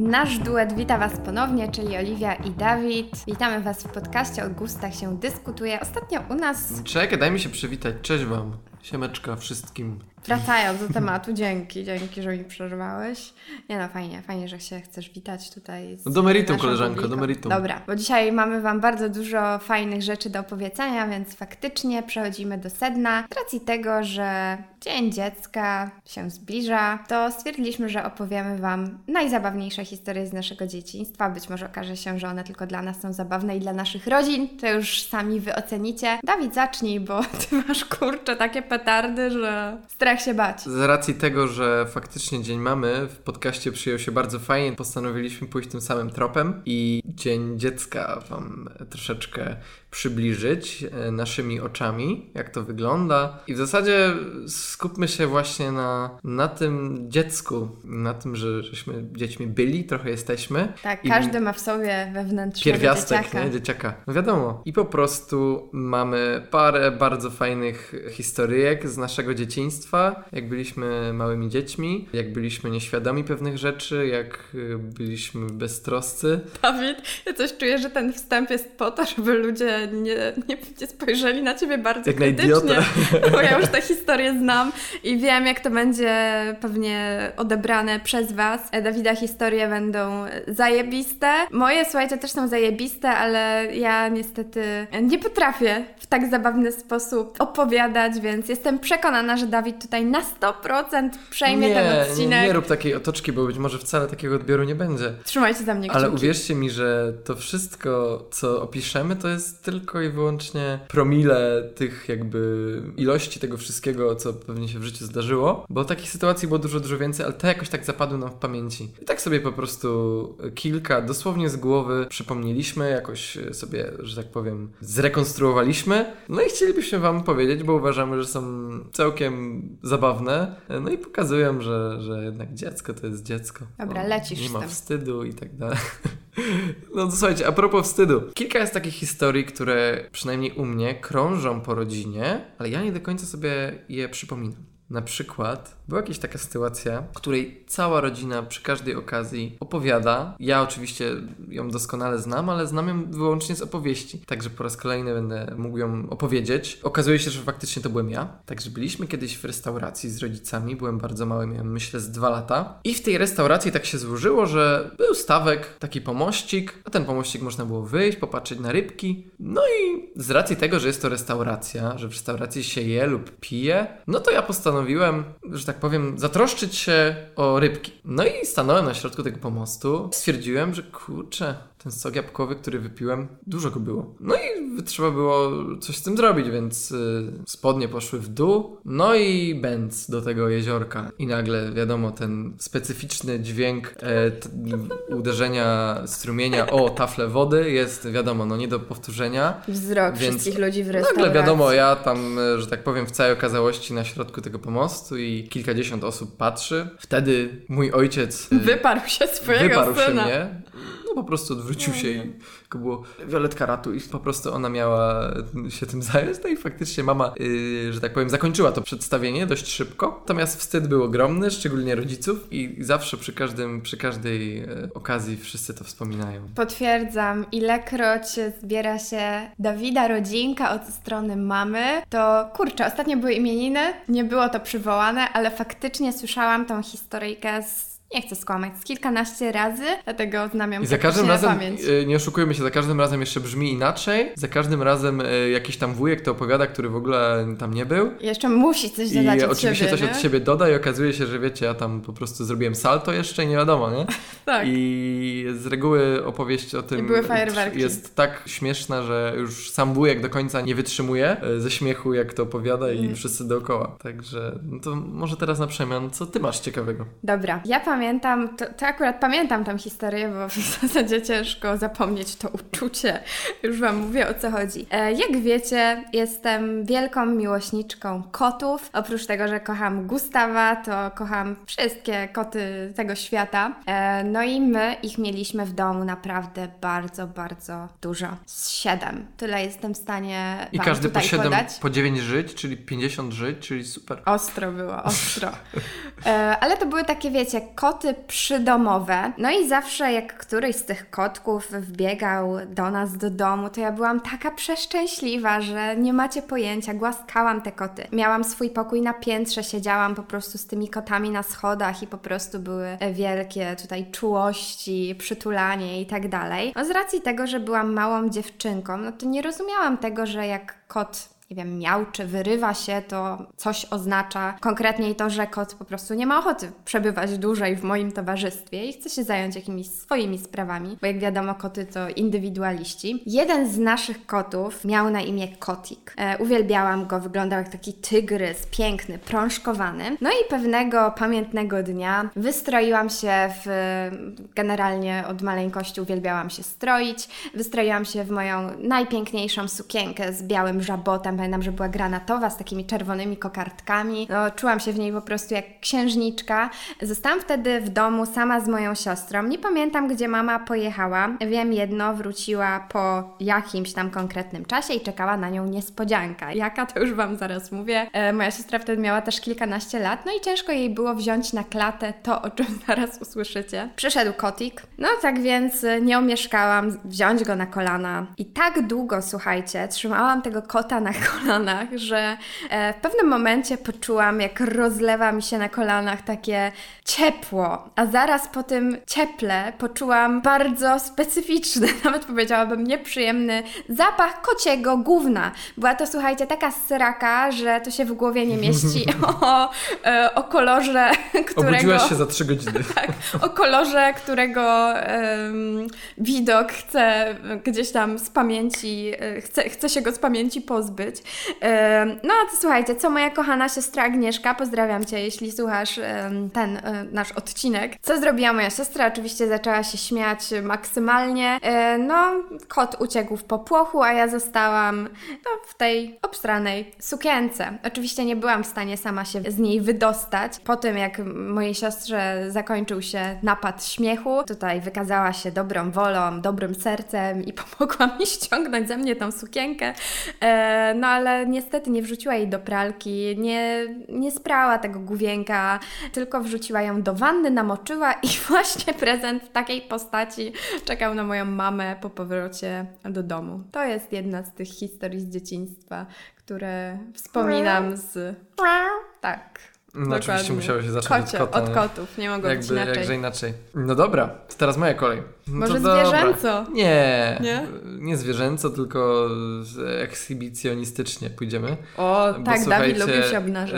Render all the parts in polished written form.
Nasz duet wita Was ponownie, czyli Oliwia i Dawid. Witamy Was w podcaście O gustach się dyskutuje. Ostatnio u nas... Czekaj, daj mi się przywitać. Cześć Wam. Siemeczka wszystkim. Wracając do tematu, dzięki, że mi przerwałeś. Nie no, fajnie, że się chcesz witać tutaj z do meritum, koleżanko, publiką. do meritum. Dobra, bo dzisiaj mamy Wam bardzo dużo fajnych rzeczy do opowiedzenia, więc faktycznie przechodzimy do sedna. Z racji tego, że Dzień Dziecka się zbliża, to stwierdziliśmy, że opowiemy Wam najzabawniejsze historie z naszego dzieciństwa. Być może okaże się, że one tylko dla nas są zabawne i dla naszych rodzin. To już sami Wy ocenicie. Dawid, zacznij, bo Ty masz, kurczę, takie petardy, że strach się bać. Z racji tego, że faktycznie Dzień Mamy w podcaście przyjął się bardzo fajnie, postanowiliśmy pójść tym samym tropem i Dzień Dziecka Wam troszeczkę przybliżyć naszymi oczami, jak to wygląda. I w zasadzie skupmy się właśnie na tym dziecku, na tym, żeśmy dziećmi byli, trochę jesteśmy. Tak, każdy ma w sobie wewnętrznego pierwiastek, dzieciaka. Nie? Dzieciaka. No wiadomo. I po prostu mamy parę bardzo fajnych historyjek z naszego dzieciństwa, jak byliśmy małymi dziećmi, jak byliśmy nieświadomi pewnych rzeczy, jak byliśmy beztroscy. Dawid, ja coś czuję, że ten wstęp jest po to, żeby ludzie nie spojrzeli na Ciebie bardzo jak krytycznie, bo ja już tę historię znam i wiem, jak to będzie pewnie odebrane przez Was. Dawida historie będą zajebiste. Moje, słuchajcie, też są zajebiste, ale ja niestety nie potrafię w tak zabawny sposób opowiadać, więc jestem przekonana, że Dawid tutaj na 100% przejmie ten odcinek. Nie rób takiej otoczki, bo być może wcale takiego odbioru nie będzie. Trzymajcie za mnie kciuki. Ale uwierzcie mi, że to wszystko, co opiszemy, to jest tylko i wyłącznie promile tych jakby ilości tego wszystkiego, co pewnie się w życiu zdarzyło, bo takich sytuacji było dużo więcej, ale te jakoś tak zapadły nam w pamięci. I tak sobie po prostu kilka dosłownie z głowy przypomnieliśmy, jakoś sobie, że tak powiem, zrekonstruowaliśmy. No i chcielibyśmy Wam powiedzieć, bo uważamy, że są całkiem zabawne, no i pokazują, że jednak dziecko to jest dziecko. Dobra, lecisz nie ma z tym. wstydu i tak dalej. No to słuchajcie, a propos wstydu. Kilka jest takich historii, które przynajmniej u mnie krążą po rodzinie, ale ja nie do końca sobie je przypominam. Na przykład była jakaś taka sytuacja, w której cała rodzina przy każdej okazji opowiada. Ja oczywiście ją doskonale znam, ale znam ją wyłącznie z opowieści. Także po raz kolejny będę mógł ją opowiedzieć. Okazuje się, że faktycznie to byłem ja. Także byliśmy kiedyś w restauracji z rodzicami. Byłem bardzo mały, miałem myślę z 2 lata. I w tej restauracji tak się złożyło, że był stawek, taki pomościk. Na ten pomościk można było wyjść, popatrzeć na rybki. No i z racji tego, że jest to restauracja, że w restauracji się je lub pije, no to ja postanowiłem, że tak powiem, zatroszczyć się o rybki. No i stanąłem na środku tego pomostu. Stwierdziłem, że kurczę, ten sok jabłkowy, który wypiłem, dużo go było. No i trzeba było coś z tym zrobić, więc spodnie poszły w dół. No i bęc do tego jeziorka. I nagle, wiadomo, ten specyficzny dźwięk uderzenia strumienia o taflę wody jest, wiadomo, no nie do powtórzenia. Wzrok wszystkich ludzi w restauracji. Nagle, wiadomo, ja tam, że tak powiem, w całej okazałości na środku tego pomostu i kilkadziesiąt osób patrzy. Wtedy mój ojciec wyparł się swojego syna. Mnie. No po prostu odwrócił się i tylko było Violetka ratu i po prostu ona miała się tym zająć. No i faktycznie mama, że tak powiem, zakończyła to przedstawienie dość szybko. Natomiast wstyd był ogromny, szczególnie rodziców i zawsze przy każdej okazji wszyscy to wspominają. Potwierdzam, ilekroć zbiera się Dawida rodzinka od strony mamy, to kurczę, ostatnio były imieniny, nie było to przywołane, ale faktycznie słyszałam tą historyjkę nie chcę skłamać, z kilkanaście razy, dlatego znam ją i za każdym razem, pamięć. Nie oszukujmy się, za każdym razem jeszcze brzmi inaczej, za każdym razem jakiś tam wujek to opowiada, który w ogóle tam nie był. I jeszcze musi coś dodać od oczywiście siebie, coś od siebie doda i okazuje się, że wiecie, ja tam po prostu zrobiłem salto jeszcze i nie wiadomo, nie? Tak. I z reguły opowieść o tym były fajerwerki. Jest tak śmieszna, że już sam wujek do końca nie wytrzymuje ze śmiechu, jak to opowiada i wszyscy dookoła. Także no to może teraz na przemian, co ty masz ciekawego? Dobra, ja pamiętam, to akurat pamiętam tę historię, bo w zasadzie ciężko zapomnieć to uczucie. Już Wam mówię, o co chodzi. Jak wiecie, jestem wielką miłośniczką kotów. Oprócz tego, że kocham Gustawa, to kocham wszystkie koty tego świata. No i my ich mieliśmy w domu naprawdę bardzo, bardzo dużo. Z 7. Tyle jestem w stanie I Wam każdy tutaj po 7, podać. po 9 żyć, czyli 50 żyć, czyli super. Ostro było, ostro. Ale to były takie, wiecie, koty przydomowe. No i zawsze jak któryś z tych kotków wbiegał do nas do domu, to ja byłam taka przeszczęśliwa, że nie macie pojęcia. Głaskałam te koty. Miałam swój pokój na piętrze, siedziałam po prostu z tymi kotami na schodach i po prostu były wielkie tutaj czułości, przytulanie i tak dalej. No z racji tego, że byłam małą dziewczynką, no to nie rozumiałam tego, że jak kot nie wiem, miauczy, wyrywa się, to coś oznacza. Konkretniej to, że kot po prostu nie ma ochoty przebywać dłużej w moim towarzystwie i chce się zająć jakimiś swoimi sprawami, bo jak wiadomo, koty to indywidualiści. Jeden z naszych kotów miał na imię Kotik. Uwielbiałam go, wyglądał jak taki tygrys, piękny, prążkowany. No i pewnego pamiętnego dnia wystroiłam się generalnie od maleńkości uwielbiałam się stroić. Wystroiłam się w moją najpiękniejszą sukienkę z białym żabotem. Pamiętam, że była granatowa z takimi czerwonymi kokardkami. No, czułam się w niej po prostu jak księżniczka. Zostałam wtedy w domu sama z moją siostrą. Nie pamiętam, gdzie mama pojechała. Wiem jedno, wróciła po jakimś tam konkretnym czasie i czekała na nią niespodzianka. Jaka, to już Wam zaraz mówię. Moja siostra wtedy miała też kilkanaście lat, no i ciężko jej było wziąć na klatę to, o czym zaraz usłyszycie. Przyszedł Kotik, no tak więc nie omieszkałam wziąć go na kolana. I tak długo, słuchajcie, trzymałam tego kota na kolanach, że w pewnym momencie poczułam, jak rozlewa mi się na kolanach takie ciepło, a zaraz po tym cieple poczułam bardzo specyficzny, nawet powiedziałabym nieprzyjemny zapach kociego gówna. Była to, słuchajcie, taka sraka, że to się w głowie nie mieści o kolorze, którego... Obudziłaś się za 3 godziny. Tak, o kolorze, którego widok chce gdzieś tam z pamięci, chce się go z pamięci pozbyć. No a słuchajcie, co moja kochana siostra Agnieszka, pozdrawiam Cię, jeśli słuchasz ten nasz odcinek. Co zrobiła moja siostra? Oczywiście zaczęła się śmiać maksymalnie. No, kot uciekł w popłochu, a ja zostałam w tej obstranej sukience. Oczywiście nie byłam w stanie sama się z niej wydostać. Po tym, jak mojej siostrze zakończył się napad śmiechu, tutaj wykazała się dobrą wolą, dobrym sercem i pomogła mi ściągnąć ze mnie tą sukienkę. No ale niestety nie wrzuciła jej do pralki, nie sprała tego główienka, tylko wrzuciła ją do wanny, namoczyła i właśnie prezent w takiej postaci czekał na moją mamę po powrocie do domu. To jest jedna z tych historii z dzieciństwa, które wspominam z... Tak. No oczywiście musiało się zacząć od kotów, nie mogło być inaczej. Jakże inaczej. No dobra, to teraz moja kolej. No może zwierzęco? Dobra. Nie zwierzęco, tylko ekshibicjonistycznie pójdziemy. O, bo, tak, Dawid lubił się obnażać.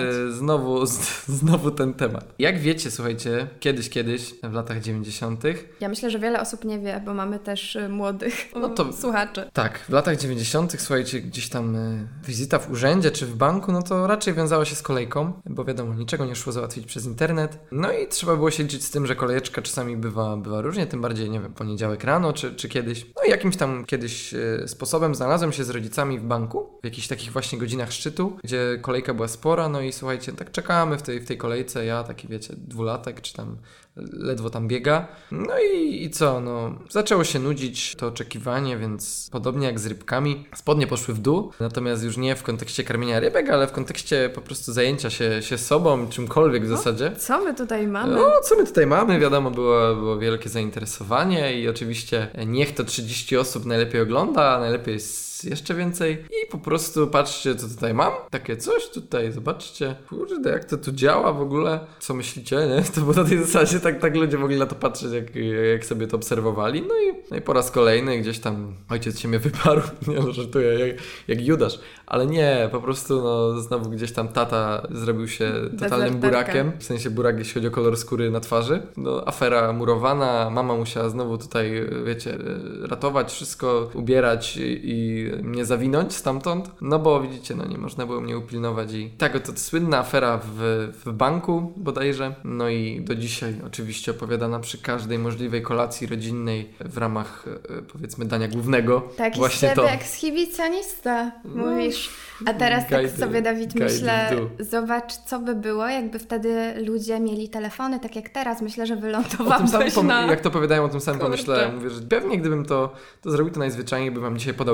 Znowu ten temat. Jak wiecie, słuchajcie, kiedyś, w latach 90. Ja myślę, że wiele osób nie wie, bo mamy też młodych słuchaczy. Tak, w latach 90. słuchajcie, gdzieś tam wizyta w urzędzie czy w banku, no to raczej wiązała się z kolejką, bo wiadomo, niczego nie szło załatwić przez internet. No i trzeba było się liczyć z tym, że kolejeczka czasami bywa różnie, tym bardziej, nie wiem, poniedziałek rano czy kiedyś. No i jakimś tam kiedyś sposobem znalazłem się z rodzicami w banku, w jakichś takich właśnie godzinach szczytu, gdzie kolejka była spora, no i słuchajcie, tak czekamy w tej kolejce, ja taki wiecie, 2-latek, czy tam ledwo tam biega. No i co, no zaczęło się nudzić to oczekiwanie, więc podobnie jak z rybkami, spodnie poszły w dół, natomiast już nie w kontekście karmienia rybek, ale w kontekście po prostu zajęcia się sobą, czymkolwiek w zasadzie. Co my tutaj mamy? No, co my tutaj mamy? Wiadomo, było wielkie zainteresowanie i oczywiście niech to 30 osób najlepiej ogląda, a najlepiej jest jeszcze więcej i po prostu patrzcie, co tutaj mam. Takie coś tutaj, zobaczcie. Kurde, jak to tu działa w ogóle? Co myślicie, nie? To było na tej zasadzie, tak ludzie mogli na to patrzeć, jak sobie to obserwowali. No i po raz kolejny gdzieś tam ojciec się mnie wyparł. Nie no, żartuję, jak Judasz. Ale nie, po prostu no znowu gdzieś tam tata zrobił się totalnym burakiem. W sensie burak, jeśli chodzi o kolor skóry na twarzy. No afera murowana, mama musiała znowu tutaj, wiecie, ratować wszystko, ubierać i mnie zawinąć stamtąd. No bo widzicie, no nie można było mnie upilnować i tak oto słynna afera w banku bodajże. No i do dzisiaj oczywiście opowiadana przy każdej możliwej kolacji rodzinnej w ramach powiedzmy dania głównego. Tak, właśnie to. Ekshibicjonista, mówisz. A teraz tak sobie, Dawid, myślę, zobacz, co by było, jakby wtedy ludzie mieli telefony, tak jak teraz. Myślę, że wylądowałbyś Jak to opowiadają, o tym samym pomyślałem. Mówię, że pewnie gdybym to zrobił, to najzwyczajniej bym wam dzisiaj podał link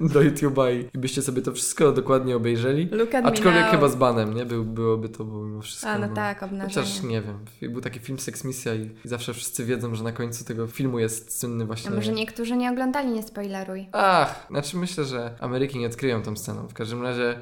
do YouTube'a i byście sobie to wszystko dokładnie obejrzeli. Aczkolwiek chyba z banem, nie? Byłoby to mimo wszystko. A no tak, obnażenie. Chociaż nie wiem, był taki film Sex Misja i zawsze wszyscy wiedzą, że na końcu tego filmu jest słynny właśnie... A może niektórzy nie oglądali, nie spoileruj. Znaczy myślę, że Ameryki nie odkryją tą sceną. W każdym razie,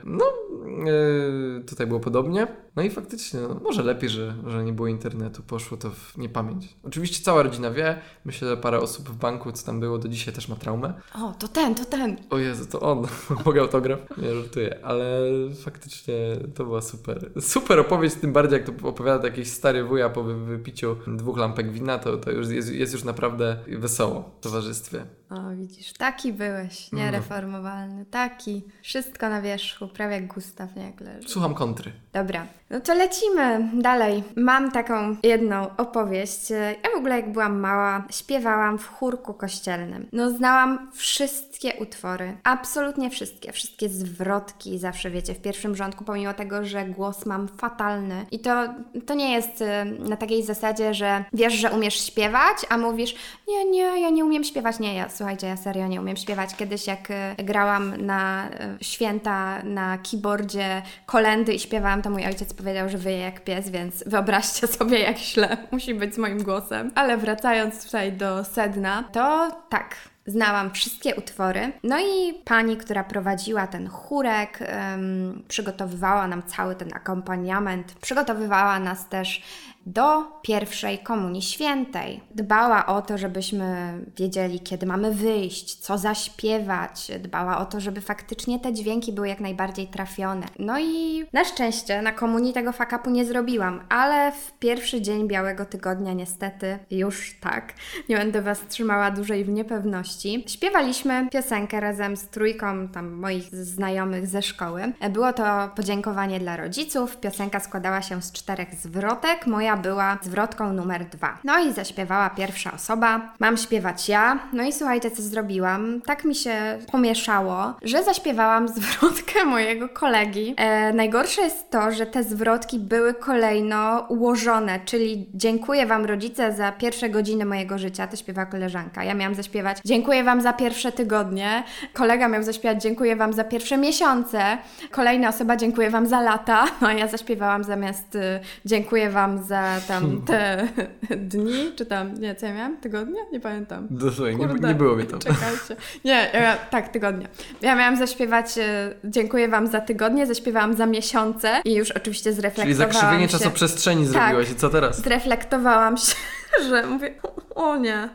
tutaj było podobnie. No i faktycznie, może lepiej, że nie było internetu, poszło to w niepamięć. Oczywiście cała rodzina wie, myślę, że parę osób w banku, co tam było, do dzisiaj też ma traumę. O, to ten. O Jezu, to on. Mogę autograf? Nie, żartuję, ale faktycznie to była super opowieść, tym bardziej jak to opowiada jakiś stary wuja po wypiciu 2 lampek wina, to już jest już naprawdę wesoło w towarzystwie. O, widzisz, taki byłeś, niereformowalny, taki. Wszystko na wierzchu, prawie jak Gustaw Nieklerz. Słucham kontry. Dobra, no to lecimy dalej. Mam taką jedną opowieść. Ja w ogóle jak byłam mała, śpiewałam w chórku kościelnym. No znałam wszystkie utwory, absolutnie wszystkie zwrotki, zawsze wiecie, w pierwszym rządku, pomimo tego, że głos mam fatalny. I to nie jest na takiej zasadzie, że wiesz, że umiesz śpiewać, a mówisz, nie, ja nie umiem śpiewać. Nie, słuchajcie, ja serio nie umiem śpiewać. Kiedyś jak grałam na święta na keyboardzie kolędy i śpiewałam, to mój ojciec powiedział, że wyje jak pies, więc wyobraźcie sobie, jak źle musi być z moim głosem. Ale wracając tutaj do sedna, to tak, znałam wszystkie utwory. No i pani, która prowadziła ten chórek, przygotowywała nam cały ten akompaniament, przygotowywała nas też do pierwszej Komunii Świętej. Dbała o to, żebyśmy wiedzieli, kiedy mamy wyjść, co zaśpiewać. Dbała o to, żeby faktycznie te dźwięki były jak najbardziej trafione. No i na szczęście na komunii tego fuck-upu nie zrobiłam, ale w pierwszy dzień Białego Tygodnia niestety już tak. Nie będę Was trzymała dłużej w niepewności. Śpiewaliśmy piosenkę razem z trójką tam moich znajomych ze szkoły. Było to podziękowanie dla rodziców. Piosenka składała się z 4 zwrotek. Moja była zwrotką numer 2. No i zaśpiewała pierwsza osoba. Mam śpiewać ja. No i słuchajcie, co zrobiłam. Tak mi się pomieszało, że zaśpiewałam zwrotkę mojego kolegi. Najgorsze jest to, że te zwrotki były kolejno ułożone, czyli dziękuję Wam rodzice za pierwsze godziny mojego życia. To śpiewa koleżanka. Ja miałam zaśpiewać dziękuję Wam za pierwsze tygodnie. Kolega miał zaśpiewać dziękuję Wam za pierwsze miesiące. Kolejna osoba dziękuję Wam za lata. No a ja zaśpiewałam zamiast dziękuję Wam za tam te dni, czy tam, nie, co ja miałam? Tygodnie? Nie pamiętam. Dosłownie, nie było mi to. Czekajcie. Nie, tak, tygodnie. Ja miałam zaśpiewać dziękuję Wam za tygodnie, zaśpiewałam za miesiące i już oczywiście zreflektowałam się. Czyli zakrzywienie się. Czasoprzestrzeni zrobiłaś i co teraz? Zreflektowałam się, że mówię, o nie,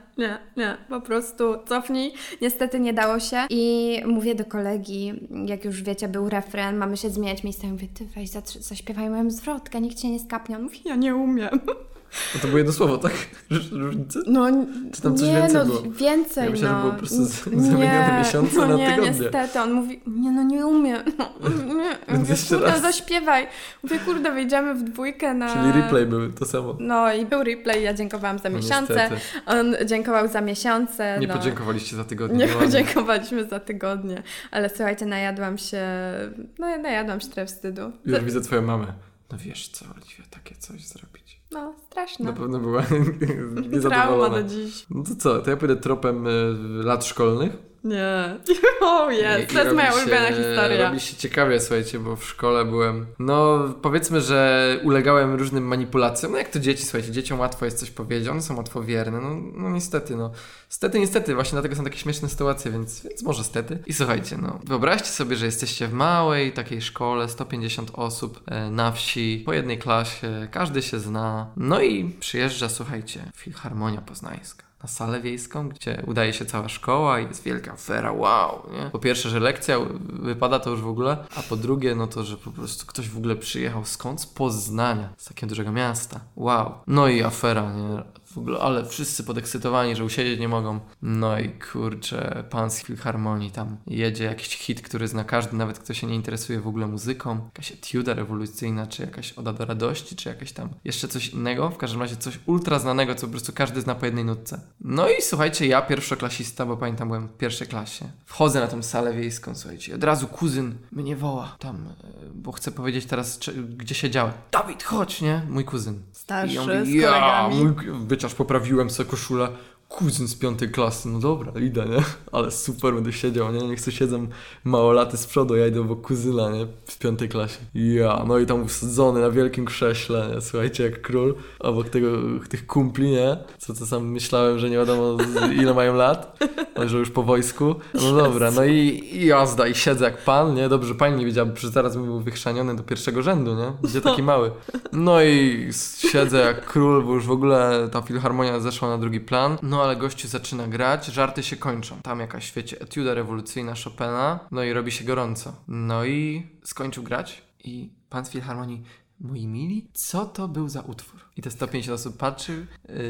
po prostu cofnij. Niestety nie dało się i mówię do kolegi, jak już wiecie, był refren, mamy się zmieniać miejscem, mówię, ty weź, zaśpiewaj moją zwrotkę, nikt cię nie skapnie. On mówi, ja nie umiem. No to było jedno słowo, tak? Różnicy? No czy tam coś więcej było? Więcej, ja myślałem, że było po prostu zamienione miesiące na tygodnie. Niestety, on mówi, nie umiem. Kurde, zaśpiewaj. Mówię, kurde, wyjdziemy w dwójkę na... Czyli replay był to samo. No i był replay, ja dziękowałam za miesiące, niestety. On dziękował za miesiące. Nie podziękowaliście za tygodnie. Nie podziękowaliśmy za tygodnie, ale słuchajcie, najadłam się trochę wstydu. Już widzę twoją mamę. No wiesz co, Oliwia, takie coś zrobić. No, straszne. Na pewno była niezadowolona. Trauma do dziś. No to co, to ja pójdę tropem lat szkolnych. Nie. To jest moja ulubiona historia. Robi się ciekawie, słuchajcie, bo w szkole byłem, powiedzmy, że ulegałem różnym manipulacjom. No jak to dzieci, słuchajcie, dzieciom łatwo jest coś powiedzieć, one są łatwowierne, niestety, Niestety, właśnie dlatego są takie śmieszne sytuacje, więc może stety. I słuchajcie, wyobraźcie sobie, że jesteście w małej takiej szkole, 150 osób na wsi, po jednej klasie, każdy się zna. No i przyjeżdża, słuchajcie, Filharmonia Poznańska. Na salę wiejską, gdzie udaje się cała szkoła i jest wielka afera, wow, nie? Po pierwsze, że lekcja wypada to już w ogóle, a po drugie, to, że po prostu ktoś w ogóle przyjechał skąd? Z Poznania, z takiego dużego miasta, wow. No i afera, nie? W ogóle, ale wszyscy podekscytowani, że usiedzieć nie mogą. No i kurczę, pan z Filharmonii tam jedzie jakiś hit, który zna każdy, nawet kto się nie interesuje w ogóle muzyką. Jakaś etiuda rewolucyjna, czy jakaś Oda do radości, czy jakaś tam jeszcze coś innego. W każdym razie coś ultra znanego, co po prostu każdy zna po jednej nutce. No i słuchajcie, ja pierwszoklasista, bo pamiętam, byłem w pierwszej klasie. Wchodzę na tą salę wiejską, słuchajcie, od razu kuzyn mnie woła tam, bo chcę powiedzieć teraz, gdzie siedziałem. Dawid, chodź, nie? Mój kuzyn. Starszy, I on mówi, z kolegami. wyciąż poprawiłem sobie koszulę. kuzyn z 5. klasy, no dobra, idę, nie? Ale super, będę siedział, nie? Niech sobie siedzą małolaty z przodu, ja idę obok kuzyna, nie? W 5. klasie. No i tam usadzony na wielkim krześle, nie? Słuchajcie, jak król, obok tych kumpli, nie? Co sam myślałem, że nie wiadomo ile mają lat, ale że już po wojsku. No dobra, no i jazda, i siedzę jak pan, nie? Dobrze, pani nie wiedziała, że teraz bym był wychrzaniony do 1. rzędu, nie? Gdzie taki mały. No i siedzę jak król, bo już w ogóle ta filharmonia zeszła na drugi plan. No ale gościu zaczyna grać, żarty się kończą. Tam jakaś, wiecie, etiuda rewolucyjna Chopina, no i robi się gorąco. No i skończył grać i pan z filharmonii: moi mili, co to był za utwór? I te 150 osób patrzy,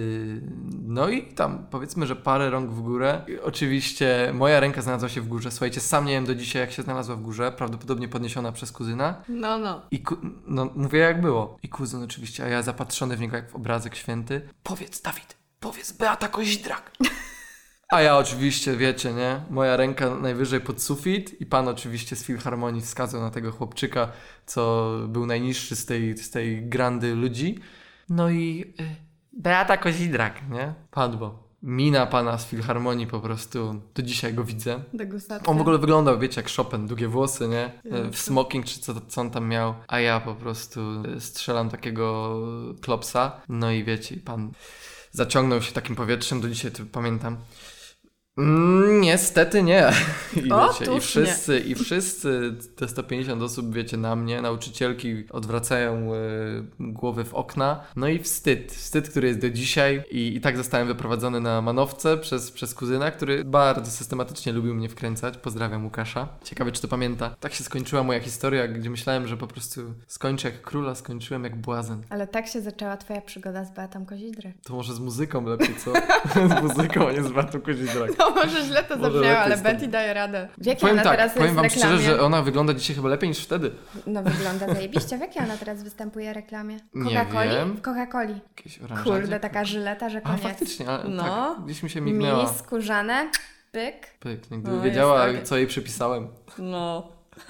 no i tam powiedzmy, że parę rąk w górę. I oczywiście moja ręka znalazła się w górze. Słuchajcie, sam nie wiem do dzisiaj, jak się znalazła w górze, prawdopodobnie podniesiona przez kuzyna. No. I mówię, jak było. I kuzyn oczywiście, a ja zapatrzony w niego jak w obrazek święty: powiedz, Dawid, powiedz Beata Koźdrak. A ja oczywiście, wiecie, nie? Moja ręka najwyżej pod sufit i pan oczywiście z filharmonii wskazał na tego chłopczyka, co był najniższy z tej grandy ludzi. No i Beata Kozidrak, nie? Padło. Mina pana z filharmonii po prostu, do dzisiaj go widzę. Degustacja. On w ogóle wyglądał, wiecie, jak Chopin, długie włosy, nie? W smoking czy co on tam miał. A ja po prostu strzelam takiego klopsa. No i wiecie, pan zaciągnął się takim powietrzem, do dzisiaj to pamiętam. Niestety nie. I wszyscy te 150 osób, wiecie, na mnie, nauczycielki odwracają głowy w okna. No i wstyd, który jest do dzisiaj i tak zostałem wyprowadzony na manowce przez kuzyna, który bardzo systematycznie lubił mnie wkręcać. Pozdrawiam Łukasza. Ciekawe, czy to pamięta. Tak się skończyła moja historia, gdzie myślałem, że po prostu skończę jak króla, skończyłem jak błazen. Ale tak się zaczęła twoja przygoda z Beatą Kozidrak. To może z muzyką lepiej, co? Z muzyką, a nie z Beatą Kozidrak. No może źle to zabrzmiało, ale Betty daje radę. W jakiej ona teraz powiem jest wam szczerze, że ona wygląda dzisiaj chyba lepiej niż wtedy. No wygląda zajebiście. W jakiej ona teraz występuje reklamie? Nie wiem. W Coca-Coli. Jakieś oranżadzie. Kurde, taka żyleta, że koniec. A faktycznie, ale no. tak, gdzieś mi się mignęła. Mini skórzane, pyk. Gdyby wiedziała, co jej przypisałem. No.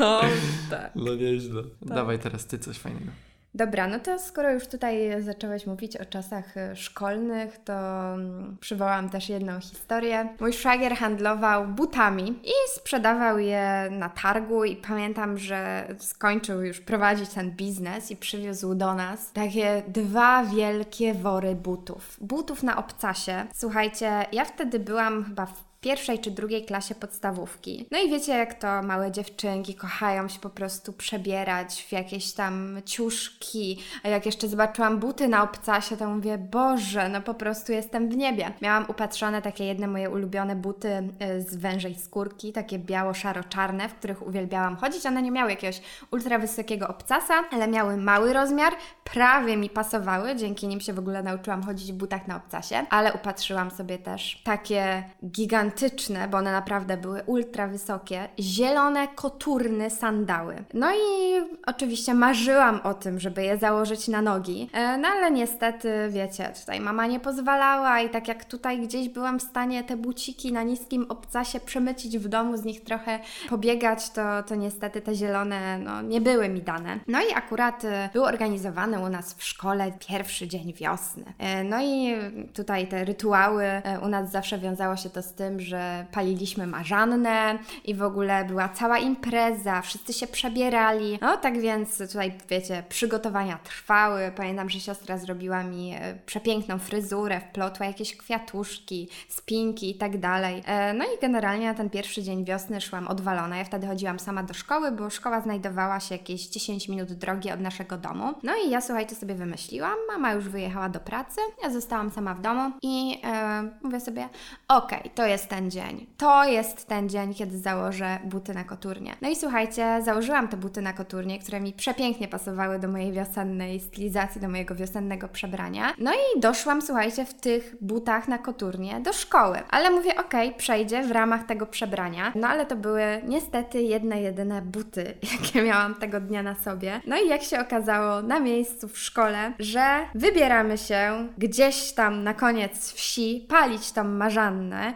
Tak. No nieźle. Tak. Dawaj teraz ty coś fajnego. Dobra, no to skoro już tutaj zaczęłaś mówić o czasach szkolnych, to przywołam też jedną historię. Mój szwagier handlował butami i sprzedawał je na targu i pamiętam, że skończył już prowadzić ten biznes i przywiózł do nas takie 2 wielkie wory butów. Butów na obcasie. Słuchajcie, ja wtedy byłam chyba w 1. czy 2. klasie podstawówki. No i wiecie, jak to małe dziewczynki kochają się po prostu przebierać w jakieś tam ciuszki. A jak jeszcze zobaczyłam buty na obcasie, to mówię, Boże, no po prostu jestem w niebie. Miałam upatrzone takie jedne moje ulubione buty z wężej skórki, takie biało-szaro-czarne, w których uwielbiałam chodzić. One nie miały jakiegoś ultra wysokiego obcasa, ale miały mały rozmiar, prawie mi pasowały, dzięki nim się w ogóle nauczyłam chodzić w butach na obcasie, ale upatrzyłam sobie też takie gigantyczne, bo one naprawdę były ultra wysokie, zielone, koturny sandały. No i oczywiście marzyłam o tym, żeby je założyć na nogi, no ale niestety, wiecie, tutaj mama nie pozwalała i tak jak tutaj gdzieś byłam w stanie te buciki na niskim obcasie przemycić w domu, z nich trochę pobiegać, to niestety te zielone, no nie były mi dane. No i akurat był organizowany u nas w szkole pierwszy dzień wiosny. No i tutaj te rytuały, u nas zawsze wiązało się to z tym, że paliliśmy marzannę i w ogóle była cała impreza, wszyscy się przebierali. No tak więc tutaj, wiecie, przygotowania trwały. Pamiętam, że siostra zrobiła mi przepiękną fryzurę, wplotła jakieś kwiatuszki, spinki i tak dalej. No i generalnie na ten pierwszy dzień wiosny szłam odwalona. Ja wtedy chodziłam sama do szkoły, bo szkoła znajdowała się jakieś 10 minut drogi od naszego domu. No i ja, słuchajcie, sobie wymyśliłam, mama już wyjechała do pracy, ja zostałam sama w domu i mówię sobie, okej, to jest ten dzień. To jest ten dzień, kiedy założę buty na koturnie. No i słuchajcie, założyłam te buty na koturnie, które mi przepięknie pasowały do mojej wiosennej stylizacji, do mojego wiosennego przebrania. No i doszłam, słuchajcie, w tych butach na koturnie do szkoły. Ale mówię, okej, przejdzie w ramach tego przebrania. No ale to były niestety jedyne buty, jakie miałam tego dnia na sobie. No i jak się okazało na miejscu w szkole, że wybieramy się gdzieś tam na koniec wsi, palić tą marzannę i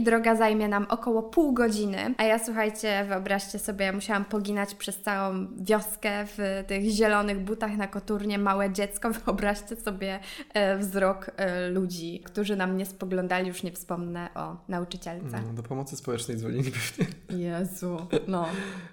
droga zajmie nam około pół godziny, a ja słuchajcie, wyobraźcie sobie, musiałam poginać przez całą wioskę w tych zielonych butach na koturnie, małe dziecko, wyobraźcie sobie wzrok ludzi, którzy na mnie spoglądali, już nie wspomnę o nauczycielce. Do pomocy społecznej dzwonili pewnie. Jezu, no.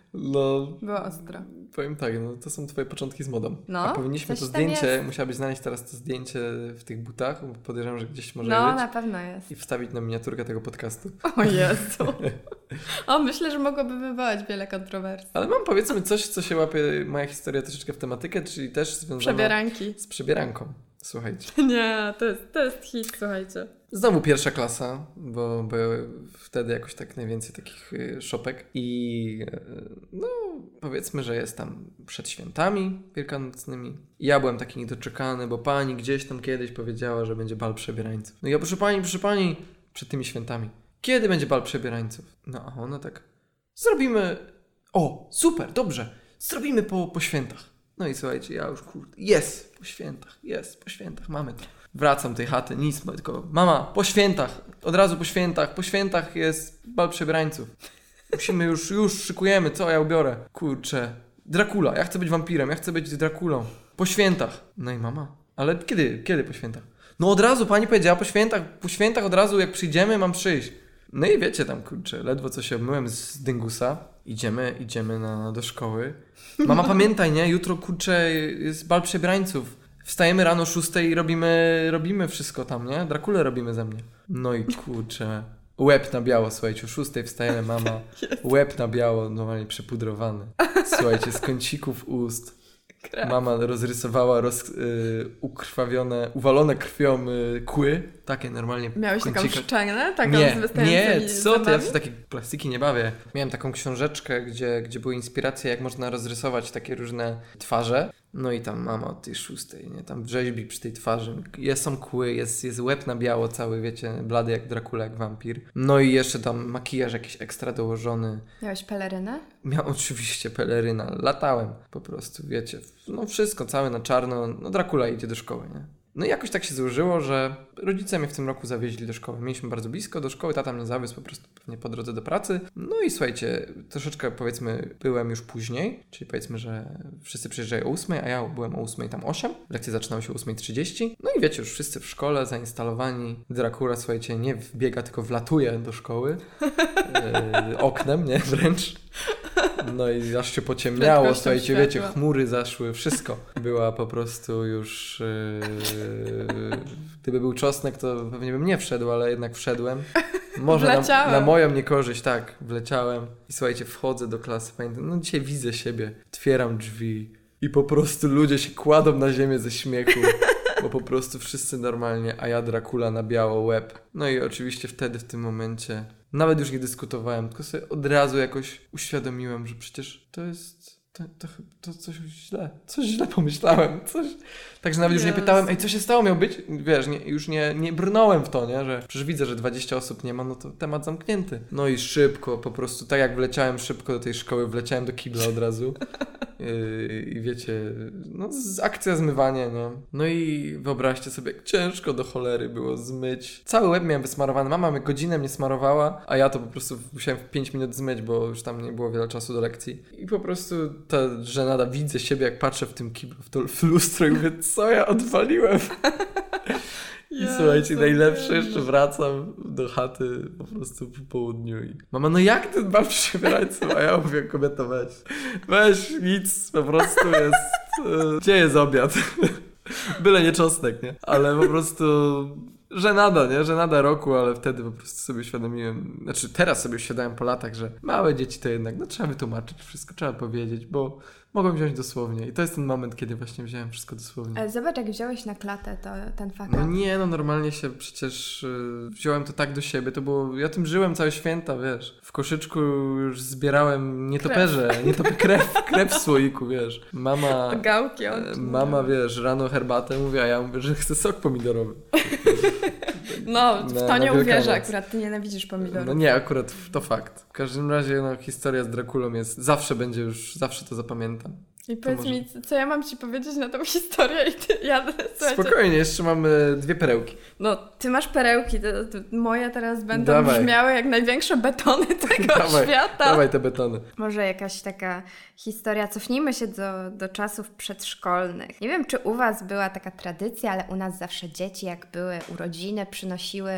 Było ostro. Powiem tak, to są twoje początki z modą. No, a powinniśmy to zdjęcie, musiałabyś znaleźć teraz to zdjęcie w tych butach, bo podejrzewam, że gdzieś może być. No, na pewno jest. I wstawić na miniaturkę tego podcastu. O Jezu. Myślę, że mogłoby wywołać wiele kontrowersji. Ale mam powiedzmy coś, co się łapie moja historia troszeczkę w tematykę, czyli też związana z przebieranką. Słuchajcie. Nie, to jest hit, słuchajcie. Znowu pierwsza klasa, bo wtedy jakoś tak najwięcej takich szopek i powiedzmy, że jest tam przed świętami wielkanocnymi. Ja byłem taki niedoczekany, bo pani gdzieś tam kiedyś powiedziała, że będzie bal przebierańców. No ja proszę pani, przed tymi świętami. Kiedy będzie bal przebierańców? No a ona tak, zrobimy, super, dobrze, zrobimy po świętach. No i słuchajcie, ja już jest po świętach, mamy to. Wracam do tej chaty, nic, tylko mama, po świętach, od razu po świętach jest bal przebierańców. Musimy już szykujemy, co ja ubiorę. Kurczę, Dracula, ja chcę być wampirem, ja chcę być Draculą. Po świętach. No i mama, ale kiedy po świętach? No od razu pani powiedziała po świętach od razu jak przyjdziemy mam przyjść. No i wiecie tam, kurczę, ledwo co się obmyłem z dyngusa, idziemy do szkoły. Mama pamiętaj, nie, jutro kurczę jest bal przebierańców. Wstajemy rano o 6:00 i robimy wszystko tam, nie? Drakulę robimy ze mnie. No i kurczę, łeb na biało, słuchajcie, o 6:00 wstajemy, mama, łeb na biało, normalnie przepudrowany. Słuchajcie, z kącików ust. Mama rozrysowała ukrwawione, uwalone krwią kły, takie normalnie. Miałeś taką szczękę? Nie, co ty, ja w takie plastiki nie bawię. Miałem taką książeczkę, gdzie były inspiracje, jak można rozrysować takie różne twarze. No i tam mama od tej 6:00, nie, tam rzeźbi przy tej twarzy. Są kły, jest łeb na biało cały, wiecie, blady jak Dracula, jak wampir. No i jeszcze tam makijaż jakiś ekstra dołożony. Miałeś pelerynę? Miałem oczywiście peleryna, latałem po prostu, wiecie, wszystko całe na czarno, Dracula idzie do szkoły, nie? No i jakoś tak się złożyło, że rodzice mnie w tym roku zawieźli do szkoły. Mieliśmy bardzo blisko do szkoły, tata mnie zawiózł po prostu pewnie po drodze do pracy. No i słuchajcie, troszeczkę powiedzmy byłem już później, czyli powiedzmy, że wszyscy przyjeżdżają o 8:00, a ja byłem o 8:00 tam 8. Lekcje zaczynały się o 8:30. No i wiecie, już wszyscy w szkole zainstalowani. Dracula, słuchajcie, nie wbiega, tylko wlatuje do szkoły. Oknem, nie? Wręcz. No i aż się pociemniało, słuchajcie, wiecie, chmury zaszły, wszystko. Była po prostu już... Gdyby był czosnek, to pewnie bym nie wszedł, ale jednak wszedłem. Może na moją niekorzyść, tak, wleciałem. I słuchajcie, wchodzę do klasy, pamiętam, dzisiaj widzę siebie, otwieram drzwi i po prostu ludzie się kładą na ziemię ze śmiechu. Bo po prostu wszyscy normalnie, a ja Dracula na biało łeb. No i oczywiście wtedy, w tym momencie, nawet już nie dyskutowałem, tylko sobie od razu jakoś uświadomiłem, że przecież to jest... To coś źle pomyślałem, Także nawet już nie pytałem, co się stało, miał być? Wiesz, już nie brnąłem w to, nie? Że przecież widzę, że 20 osób nie ma, no to temat zamknięty. No i szybko, po prostu tak jak wleciałem szybko do tej szkoły, wleciałem do kibla od razu. I wiecie, akcja zmywania, nie? No i wyobraźcie sobie, jak ciężko do cholery było zmyć. Cały łeb miałem wysmarowany, mama godzinę mnie smarowała, a ja to po prostu musiałem w 5 minut zmyć, bo już tam nie było wiele czasu do lekcji. I po prostu ta żenada, widzę siebie, jak patrzę w tym kiblu, w lustro i mówię, co ja odwaliłem? I słuchajcie, najlepsze, jeszcze wracam do chaty po prostu po południu i mama, jak ten bal przebierańców? A ja mówię, kobieta, weź nic, po prostu jest, gdzie jest obiad? Byle nie czosnek, nie? Ale po prostu żenada, nie? Żenada roku, ale wtedy po prostu sobie uświadomiłem, teraz sobie uświadamiam po latach, że małe dzieci to jednak, trzeba wytłumaczyć wszystko, trzeba powiedzieć, bo mogłem wziąć dosłownie. I to jest ten moment, kiedy właśnie wziąłem wszystko dosłownie. Ale zobacz, jak wziąłeś na klatę ten fakt. No nie, normalnie się przecież wziąłem to tak do siebie, to było, ja tym żyłem całe święta, wiesz. W koszyczku już zbierałem nietoperze, krew w słoiku, wiesz. Mama, gałki, wiesz, rano herbatę mówi, a ja mówię, że chcę sok pomidorowy. W to nie uwierzę, akurat ty nienawidzisz pomidorów. No nie, akurat to fakt. W każdym razie historia z Draculą jest, zawsze to zapamiętam. I powiedz mi, co ja mam ci powiedzieć na tą historię i ty Spokojnie, jeszcze mamy 2 perełki. No, ty masz perełki, to moje teraz będą brzmiały jak największe betony tego świata. Dawaj te betony. Może jakaś taka historia, cofnijmy się do czasów przedszkolnych. Nie wiem, czy u was była taka tradycja, ale u nas zawsze dzieci, jak były urodziny, przynosiły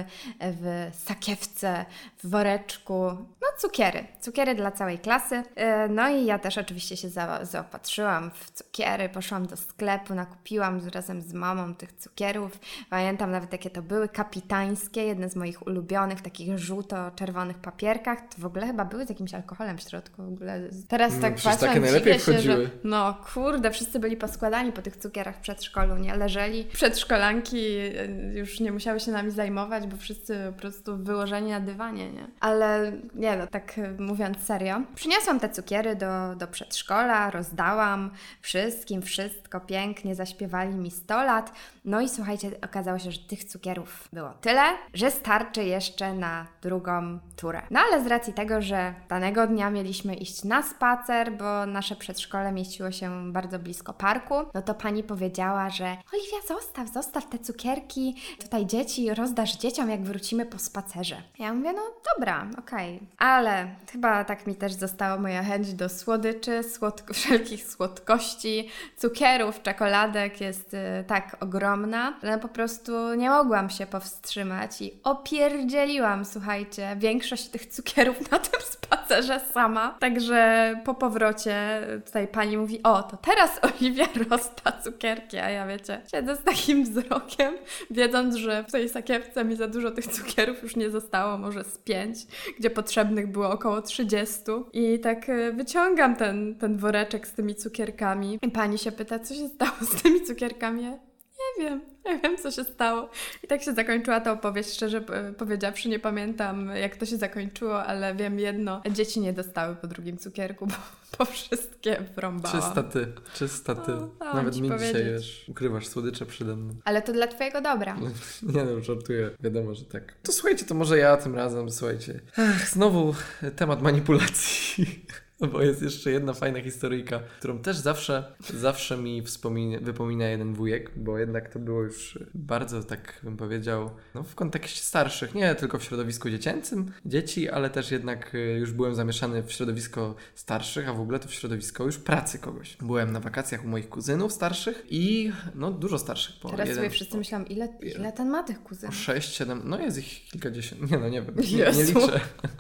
w sakiewce, w woreczku, no cukiery dla całej klasy. No i ja też oczywiście się zaopatrzyłam w cukiery, poszłam do sklepu, nakupiłam razem z mamą tych cukierów. Pamiętam nawet, jakie to były, kapitańskie, jedne z moich ulubionych, w takich żółto-czerwonych papierkach. To w ogóle chyba były z jakimś alkoholem w środku. W ogóle teraz tak patrzę, takie najlepiej wchodziły. Że, no kurde, wszyscy byli poskładani po tych cukierach w przedszkolu, nie? Leżeli. Przedszkolanki już nie musiały się nami zajmować, bo wszyscy po prostu wyłożeni na dywanie, nie? Ale nie no, tak mówiąc serio, przyniosłam te cukiery do przedszkola, rozdałam wszystkim, wszystko pięknie, zaśpiewali mi 100 lat. No i słuchajcie, okazało się, że tych cukierów było tyle, że starczy jeszcze na drugą turę. No ale z racji tego, że danego dnia mieliśmy iść na spacer, bo nasze przedszkole mieściło się bardzo blisko parku, no to pani powiedziała, że Oliwia, zostaw te cukierki, tutaj dzieci, rozdasz dzieciom, jak wrócimy po spacerze. Ja mówię, no dobra, okej. Ale chyba tak mi też została moja chęć do słodyczy, wszelkich słodkości, cukierów, czekoladek jest tak ogromna, że po prostu nie mogłam się powstrzymać i opierdzieliłam, słuchajcie, większość tych cukierów na tym spacerze sama. Także po powrocie tutaj pani mówi, o, to teraz Oliwia rozda cukierki, a ja wiecie, siedzę z takim wzrokiem, wiedząc, że w tej sakiewce mi za dużo tych cukierów już nie zostało, może z 5, gdzie potrzebnych było około 30 i tak wyciągam ten woreczek z tymi cukierkami i pani się pyta, co się stało z tymi cukierkami? Nie wiem, co się stało. I tak się zakończyła ta opowieść. Szczerze powiedziawszy, nie pamiętam, jak to się zakończyło, ale wiem jedno. Dzieci nie dostały po drugim cukierku, bo wszystkie wrąbałam. Czysta ty. Nawet mi dzisiaj, wiesz, ukrywasz słodycze przede mną. Ale to dla twojego dobra. Nie no, żartuję. Wiadomo, że tak. To słuchajcie, to może ja tym razem, słuchajcie. Znowu temat manipulacji. Bo jest jeszcze jedna fajna historyjka, którą też zawsze mi wypomina jeden wujek, bo jednak to było już bardzo, tak bym powiedział, no w kontekście starszych, nie tylko w środowisku dziecięcym dzieci, ale też jednak już byłem zamieszany w środowisko starszych, a w ogóle to w środowisko już pracy kogoś. Byłem na wakacjach u moich kuzynów starszych i no dużo starszych. Teraz sobie wszyscy myślą, ile ten ma tych kuzynów? 6, 7, no jest ich kilkadziesiąt, nie wiem, nie liczę.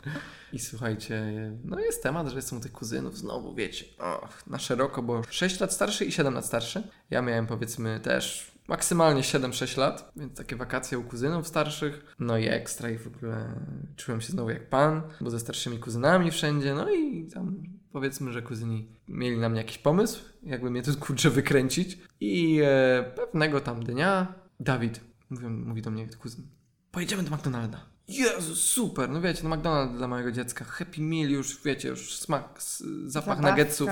I słuchajcie, no jest temat, że są tych kuzynów znowu, wiecie, na szeroko, bo 6 lat starszy i 7 lat starszy. Ja miałem powiedzmy też maksymalnie 7-6 lat, więc takie wakacje u kuzynów starszych, no i ekstra i w ogóle czułem się znowu jak pan, bo ze starszymi kuzynami wszędzie, no i tam powiedzmy, że kuzyni mieli na mnie jakiś pomysł, jakby mnie tu kurczę wykręcić i pewnego tam dnia Dawid, mówi do mnie kuzyn, pojedziemy do McDonalda. Jezu, super, no wiecie, no McDonald's dla mojego dziecka, Happy Meal już, wiecie, już smak, zapach nuggetsów.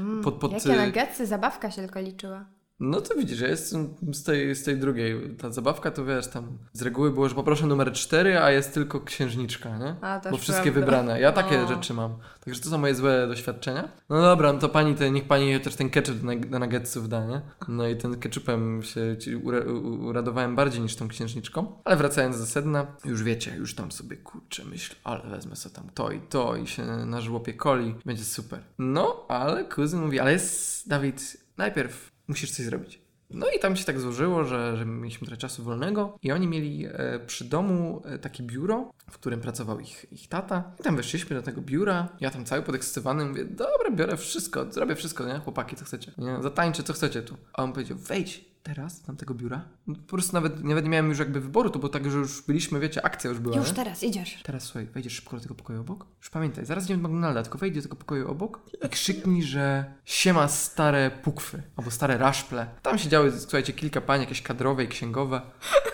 Jakie nuggetsy? Zabawka się tylko liczyła. No to widzisz, ja jestem z tej drugiej. Ta zabawka to wiesz, tam z reguły było, że poproszę numer 4, a jest tylko księżniczka, nie? Bo wszystkie wybrane. Ja takie rzeczy mam. Także to są moje złe doświadczenia. No dobra, no to niech pani też ten ketchup do nuggetsów da, nie? No i ten ketchupem się uradowałem bardziej niż tą księżniczką. Ale wracając do sedna, już wiecie, już tam sobie kurczę myślę, ale wezmę sobie tam to i się na żłopie coli, będzie super. No, ale kuzyn mówi, ale jest, Dawid, najpierw musisz coś zrobić. No i tam się tak złożyło, że mieliśmy trochę czasu wolnego i oni mieli przy domu takie biuro, w którym pracował ich tata. I tam weszliśmy do tego biura. Ja tam cały podekscytowany mówię, dobra, biorę wszystko, zrobię wszystko, nie? Chłopaki, co chcecie? Nie? Zatańczę, co chcecie tu. A on powiedział, wejdź teraz do tego biura. No, po prostu nawet nie miałem już jakby wyboru, to było tak, że już byliśmy, wiecie, akcja już była. Już nie? teraz idziesz. Teraz słuchaj, wejdziesz szybko do tego pokoju obok. Już pamiętaj, zaraz idziemy do McDonalda, tylko wejdź do tego pokoju obok i krzyknij, że siema stare pukwy albo stare raszple. Tam siedziały, słuchajcie, kilka pań, jakieś kadrowe i księgowe.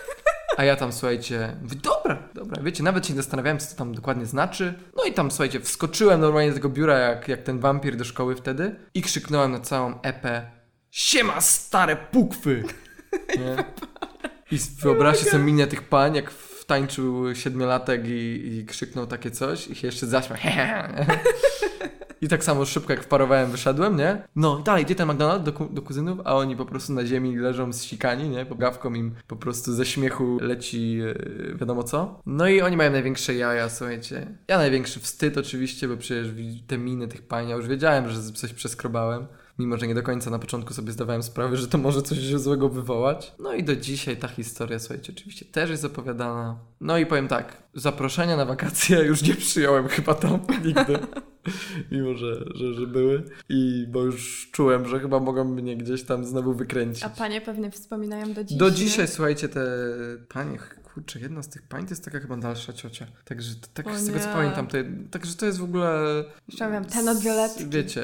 A ja tam, słuchajcie, mówię, dobra, wiecie, nawet się nie zastanawiałem, co to tam dokładnie znaczy. No i tam, słuchajcie, wskoczyłem normalnie do tego biura, jak ten wampir do szkoły wtedy i krzyknąłem na całą epę, siema stare pukwy! Nie? I wyobraźcie sobie minę tych pań, jak wtańczył 7-latek i krzyknął takie coś i się jeszcze zaśmiał. I tak samo szybko jak wparowałem, wyszedłem, nie? No i dalej, gdzie ten McDonald's do kuzynów, a oni po prostu na ziemi leżą zsikani, nie? Gawką im po prostu ze śmiechu leci wiadomo co. No i oni mają największe jaja, słuchajcie. Ja największy wstyd oczywiście, bo przecież te miny tych pań, ja już wiedziałem, że coś przeskrobałem. Mimo, że nie do końca na początku sobie zdawałem sprawę, że to może coś złego wywołać. No i do dzisiaj ta historia, słuchajcie, oczywiście też jest opowiadana. No i powiem tak, zaproszenia na wakacje już nie przyjąłem chyba tam nigdy. Mimo, że były. Bo już czułem, że chyba mogą mnie gdzieś tam znowu wykręcić. A panie pewnie wspominają do dziś. Do dzisiaj, słuchajcie, te panie... Kurczę, jedna z tych pań to jest taka chyba dalsza ciocia. Także tak z tego co pamiętam, także to jest w ogóle... Jeszcze wiem, ten od violetki. Wiecie...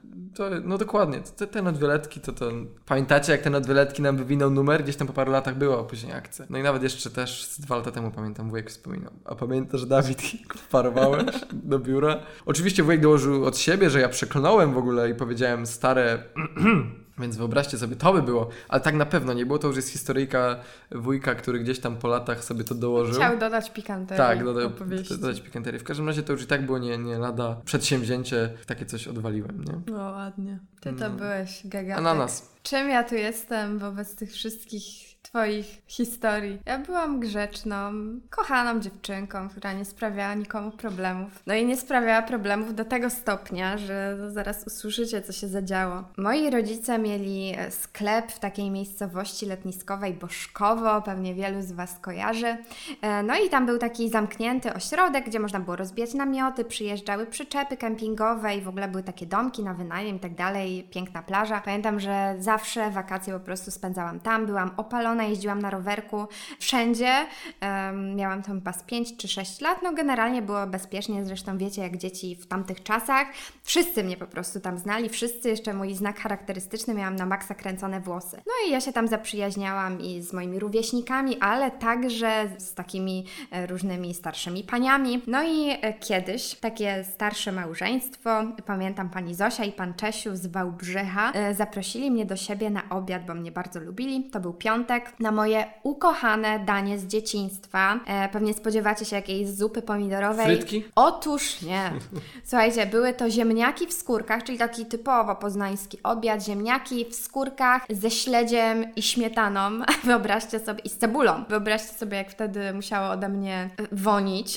No dokładnie, ten od violetki to pamiętacie jak ten od violetki nam wywinął numer? Gdzieś tam po paru latach była później akcja. No i nawet jeszcze też z 2 lata temu pamiętam wujek wspominał. A pamiętasz Dawid, wparowałeś do biura? Oczywiście wujek dołożył od siebie, że ja przeklnąłem w ogóle i powiedziałem stare... Więc wyobraźcie sobie, to by było, ale tak na pewno nie było, to już jest historyjka wujka, który gdzieś tam po latach sobie to dołożył. Chciał dodać pikanterii. Tak, dodać pikanterii. W każdym razie to już i tak było nie lada przedsięwzięcie, takie coś odwaliłem, nie? No ładnie. Ty to byłeś gagatek. Ananas. Czym ja tu jestem wobec tych wszystkich twoich historii? Ja byłam grzeczną, kochaną dziewczynką, która nie sprawiała nikomu problemów. No i nie sprawiała problemów do tego stopnia, że zaraz usłyszycie, co się zadziało. Moi rodzice mieli sklep w takiej miejscowości letniskowej Boszkowo, pewnie wielu z Was kojarzy. No i tam był taki zamknięty ośrodek, gdzie można było rozbijać namioty, przyjeżdżały przyczepy kempingowe i w ogóle były takie domki na wynajem i tak dalej, piękna plaża. Pamiętam, że zawsze wakacje po prostu spędzałam tam, byłam opalona, jeździłam na rowerku wszędzie, miałam tam chyba z 5 czy 6 lat, no generalnie było bezpiecznie, zresztą wiecie jak dzieci w tamtych czasach, wszyscy mnie po prostu tam znali, wszyscy, jeszcze mój znak charakterystyczny, miałam na maksa kręcone włosy. No i ja się tam zaprzyjaźniałam i z moimi rówieśnikami, ale także z takimi różnymi starszymi paniami. No i kiedyś takie starsze małżeństwo, pamiętam pani Zosia i pan Czesiu z Wałbrzycha, zaprosili mnie do siebie na obiad, bo mnie bardzo lubili. To był piątek, na moje ukochane danie z dzieciństwa. Pewnie spodziewacie się jakiejś zupy pomidorowej. Frytki? Otóż nie. Słuchajcie, były to ziemniaki w skórkach, czyli taki typowo poznański obiad. Ziemniaki w skórkach ze śledziem i śmietaną. Wyobraźcie sobie, i z cebulą. Wyobraźcie sobie, jak wtedy musiało ode mnie wonić.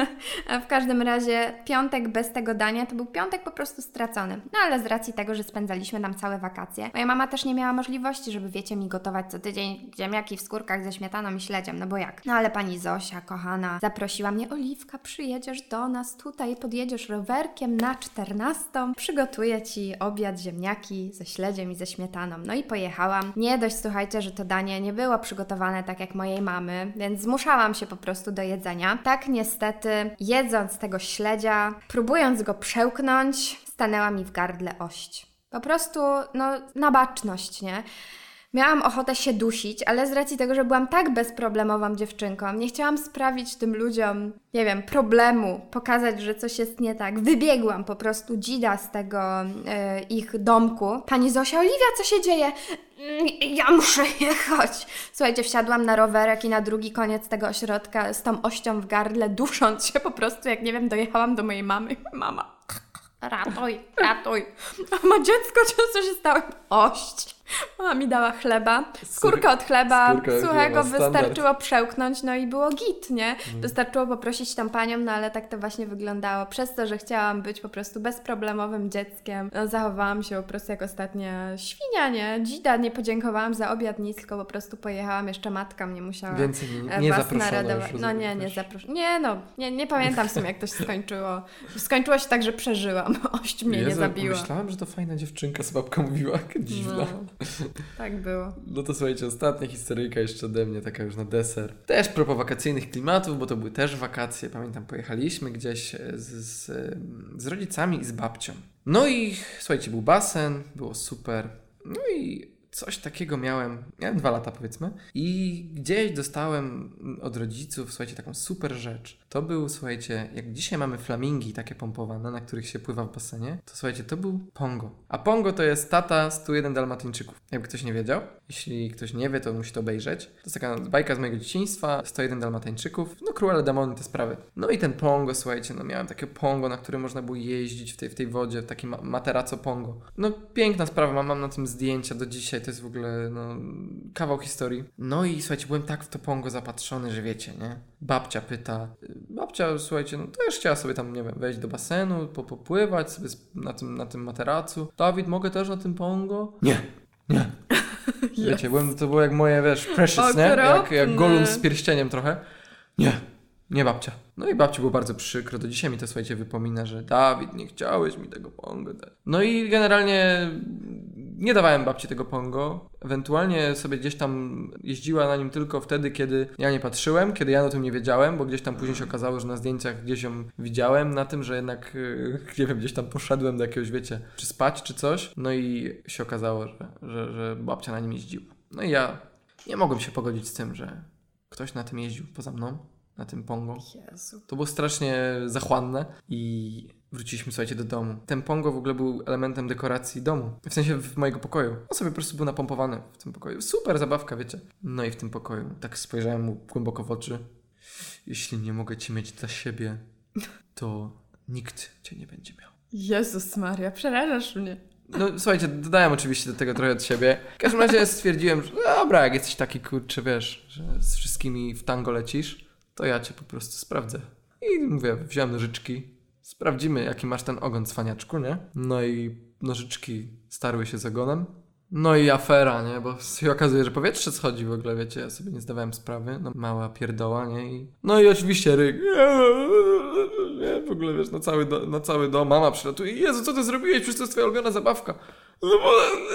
W każdym razie piątek bez tego dania to był piątek po prostu stracony. No ale z racji tego, że spędzaliśmy tam całe wakacje, moja mama też nie miała możliwości, żeby wiecie mi gotować co tydzień ziemniaki w skórkach ze śmietaną i śledziem, no bo jak? No ale pani Zosia, kochana, zaprosiła mnie: Oliwka, przyjedziesz do nas tutaj, podjedziesz rowerkiem na 14, przygotuję Ci obiad, ziemniaki ze śledziem i ze śmietaną. No i pojechałam. Nie dość, słuchajcie, że to danie nie było przygotowane tak jak mojej mamy, więc zmuszałam się po prostu do jedzenia. Tak niestety, jedząc tego śledzia, próbując go przełknąć, stanęła mi w gardle ość. Po prostu, no, na baczność, nie? Miałam ochotę się dusić, ale z racji tego, że byłam tak bezproblemową dziewczynką, nie chciałam sprawić tym ludziom, nie wiem, problemu, pokazać, że coś jest nie tak. Wybiegłam po prostu dzida z tego ich domku. Pani Zosia: Oliwia, co się dzieje? Ja muszę jechać. Słuchajcie, wsiadłam na rowerek i na drugi koniec tego ośrodka z tą ością w gardle, dusząc się po prostu, jak nie wiem, dojechałam do mojej mamy. Mama: ratuj, ratuj. Ma dziecko, co się stało? Ość. Mama mi dała chleba, skórkę od chleba, suchego wystarczyło przełknąć, no i było git, nie? Wystarczyło poprosić tam panią, no ale tak to właśnie wyglądało. Przez to, że chciałam być po prostu bezproblemowym dzieckiem, no, zachowałam się po prostu jak ostatnia świnia, nie? Dzida, nie podziękowałam za obiad, nic, tylko po prostu pojechałam, jeszcze matka mnie musiała Więcej nie was naradować. No nie zaproszono. Nie pamiętam w sumie, jak to się skończyło. Skończyło się tak, że przeżyłam. Ość mnie nie zabiła. Myślałam, że to fajna dziewczynka, co babka mówiła, jak dziwna. No. Tak było. No to słuchajcie, ostatnia historyjka jeszcze ode mnie, taka już na deser. Też propos wakacyjnych klimatów, bo to były też wakacje. Pamiętam, pojechaliśmy gdzieś z rodzicami i z babcią. No i słuchajcie, był basen, było super. No i coś takiego miałem 2 lata powiedzmy i gdzieś dostałem od rodziców, słuchajcie, taką super rzecz. To był, słuchajcie, jak dzisiaj mamy flamingi takie pompowane, na których się pływa w basenie, to słuchajcie, to był Pongo. A Pongo to jest tata 101 Dalmatyńczyków. Jakby ktoś nie wiedział, jeśli ktoś nie wie, to musi to obejrzeć. To jest taka bajka z mojego dzieciństwa, 101 Dalmatyńczyków, no Cruella de Mon, te sprawy. No i ten Pongo, słuchajcie, no miałem takiego Pongo, na którym można było jeździć w tej wodzie, taki materaco Pongo. No piękna sprawa, mam na tym zdjęcia do dzisiaj, to jest w ogóle, no, kawał historii. No i słuchajcie, byłem tak w to Pongo zapatrzony, że wiecie, nie? Babcia pyta, słuchajcie, no to już chciała sobie tam, nie wiem, wejść do basenu, popływać sobie na tym materacu. Dawid, mogę też na tym Pongo? Nie. Wiecie, to było jak moje, wiesz, Precious, nie? Jak Gollum z pierścieniem trochę. Nie babcia. No i babci było bardzo przykro. Do dzisiaj mi to, słuchajcie, wypomina, że Dawid, nie chciałeś mi tego Pongo dać. No i generalnie nie dawałem babci tego Pongo. Ewentualnie sobie gdzieś tam jeździła na nim tylko wtedy, kiedy ja nie patrzyłem, kiedy ja o tym nie wiedziałem, bo gdzieś tam później się okazało, że na zdjęciach gdzieś ją widziałem na tym, że jednak, nie wiem, gdzieś tam poszedłem do jakiegoś, wiecie, czy spać, czy coś. No i się okazało, że babcia na nim jeździła. No i ja nie mogłem się pogodzić z tym, że ktoś na tym jeździł poza mną. Na tym Pongo. Jezu. To było strasznie zachłanne i wróciliśmy, słuchajcie, do domu. Ten Pongo w ogóle był elementem dekoracji domu. W sensie w mojego pokoju. On sobie po prostu był napompowany w tym pokoju. Super zabawka, wiecie. No i w tym pokoju tak spojrzałem mu głęboko w oczy. Jeśli nie mogę cię mieć dla siebie, to nikt cię nie będzie miał. Jezus Maria, przerażasz mnie. No słuchajcie, dodałem oczywiście do tego trochę od siebie. W każdym razie stwierdziłem, że dobra, jak jesteś taki kurczę, wiesz, że z wszystkimi w tango lecisz, to ja cię po prostu sprawdzę. I mówię, wziąłem nożyczki, sprawdzimy jaki masz ten ogon, cwaniaczku, nie? No i nożyczki starły się z ogonem. No i afera, nie? Bo się okazuje, że powietrze schodzi w ogóle, wiecie, ja sobie nie zdawałem sprawy. No mała pierdoła, nie? No i oczywiście ryk. Nie, w ogóle, wiesz, na cały dom. Mama przylatuje. Jezu, co ty zrobiłeś? Przecież to jest twoja ulubiona zabawka. No bo...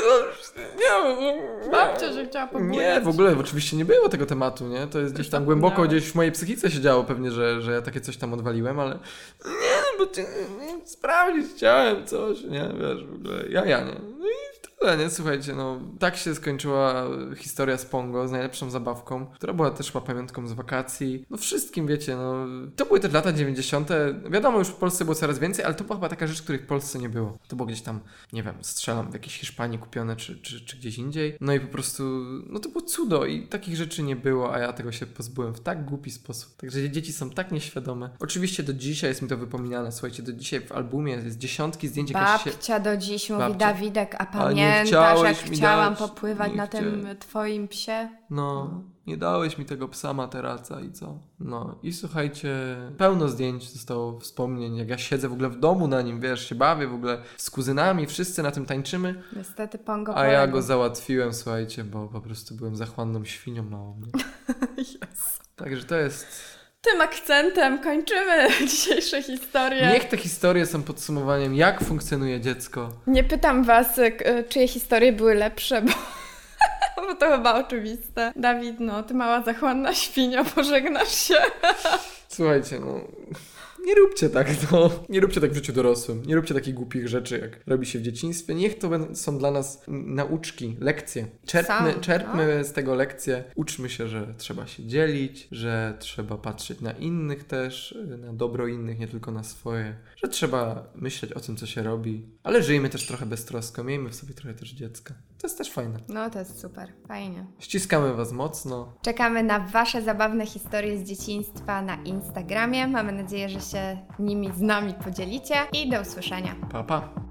Nie. Babcia, że chciała pobujać. Nie, w ogóle oczywiście nie było tego tematu, nie? To jest gdzieś tam głęboko, gdzieś w mojej psychice się działo pewnie, że ja takie coś tam odwaliłem, ale... Nie, bo sprawdzić chciałem coś, nie? Wiesz, w ogóle ja nie. No i tyle, nie? Słuchajcie, no tak się skończyła historia z Pongo, z najlepszą zabawką, która była też chyba pamiątką z wakacji. No wszystkim, wiecie, no... To były te lata 90. Wiadomo, już w Polsce było coraz więcej, ale to była chyba taka rzecz, której w Polsce nie było. To było gdzieś tam, nie wiem, strzelam, w jakiejś Hiszpanii kupione, czy gdzieś indziej. No i po prostu, no to było cudo i takich rzeczy nie było, a ja tego się pozbyłem w tak głupi sposób. Także dzieci są tak nieświadome. Oczywiście do dzisiaj jest mi to wypominane. Słuchajcie, do dzisiaj w albumie jest dziesiątki zdjęć. Babcia do dziś mówi, Babcia. Dawidek, a pamiętasz, jak chciałam popływać nie na tym twoim psie? No, nie dałeś mi tego psa materaca i co? No i słuchajcie, pełno zdjęć zostało, wspomnień, jak ja siedzę w ogóle w domu na nim, wiesz, się bawię w ogóle z kuzynami, wszyscy na tym tańczymy. Niestety Pongo A ja go załatwiłem, słuchajcie, bo po prostu byłem zachłanną świnią małą. Yes. Także to jest... Tym akcentem kończymy dzisiejsze historie. Niech te historie są podsumowaniem, jak funkcjonuje dziecko. Nie pytam was, czyje historie były lepsze, bo to chyba oczywiste. Dawid, no, ty mała zachłanna świnio, pożegnasz się. Słuchajcie, no... Nie róbcie tak, no. Nie róbcie tak w życiu dorosłym. Nie róbcie takich głupich rzeczy, jak robi się w dzieciństwie. Niech to są dla nas nauczki, lekcje. Czerpmy z tego lekcje. Uczmy się, że trzeba się dzielić, że trzeba patrzeć na innych też, na dobro innych, nie tylko na swoje. Że trzeba myśleć o tym, co się robi. Ale żyjmy też trochę beztrosko. Miejmy w sobie trochę też dziecka. To jest też fajne. No, to jest super. Fajnie. Ściskamy was mocno. Czekamy na wasze zabawne historie z dzieciństwa na Instagramie. Mamy nadzieję, że się nimi z nami podzielicie i do usłyszenia. Pa, pa.